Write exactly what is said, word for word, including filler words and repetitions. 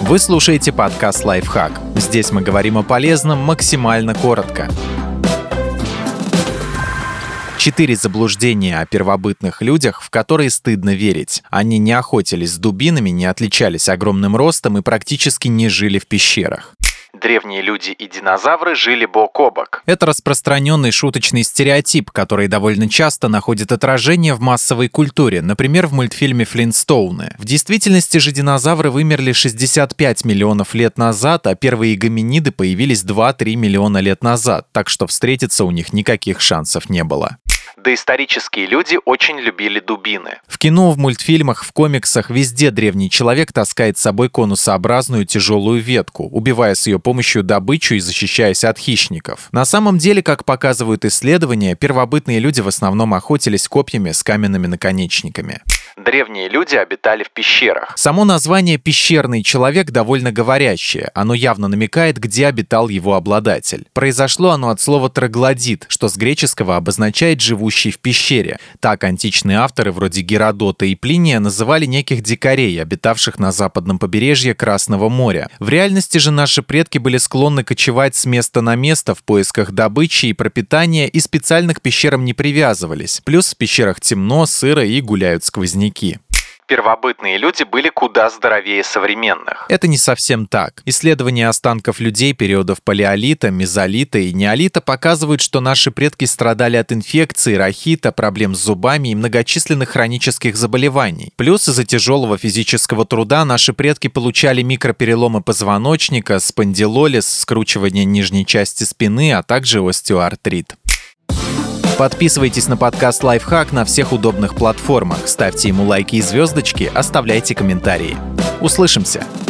Вы слушаете подкаст «Лайфхак». Здесь мы говорим о полезном максимально коротко. Четыре заблуждения о первобытных людях, в которые стыдно верить. Они не охотились с дубинами, не отличались огромным ростом и практически не жили в пещерах. Древние люди и динозавры жили бок о бок. Это распространенный шуточный стереотип, который довольно часто находит отражение в массовой культуре, например, в мультфильме «Флинстоуны». В действительности же динозавры вымерли шестьдесят пять миллионов лет назад, а первые гоминиды появились два-три миллиона лет назад, так что встретиться у них никаких шансов не было. Доисторические люди очень любили дубины. В кино, в мультфильмах, в комиксах везде древний человек таскает с собой конусообразную тяжелую ветку, убивая с ее помощью добычу и защищаясь от хищников. На самом деле, как показывают исследования, первобытные люди в основном охотились копьями с каменными наконечниками. Древние люди обитали в пещерах. Само название «пещерный человек» довольно говорящее. Оно явно намекает, где обитал его обладатель. Произошло оно от слова «троглодит», что с греческого обозначает «живущий в пещере». Так античные авторы вроде Геродота и Плиния называли неких дикарей, обитавших на западном побережье Красного моря. В реальности же наши предки были склонны кочевать с места на место в поисках добычи и пропитания и специально к пещерам не привязывались. Плюс в пещерах темно, сыро и гуляют сквозняки. Первобытные люди были куда здоровее современных. Это не совсем так. Исследования останков людей периодов палеолита, мезолита и неолита показывают, что наши предки страдали от инфекций, рахита, проблем с зубами и многочисленных хронических заболеваний. Плюс из-за тяжелого физического труда наши предки получали микропереломы позвоночника, спондилолиз, скручивание нижней части спины, а также остеоартрит. Подписывайтесь на подкаст «Лайфхак» на всех удобных платформах, ставьте ему лайки и звездочки, оставляйте комментарии. Услышимся!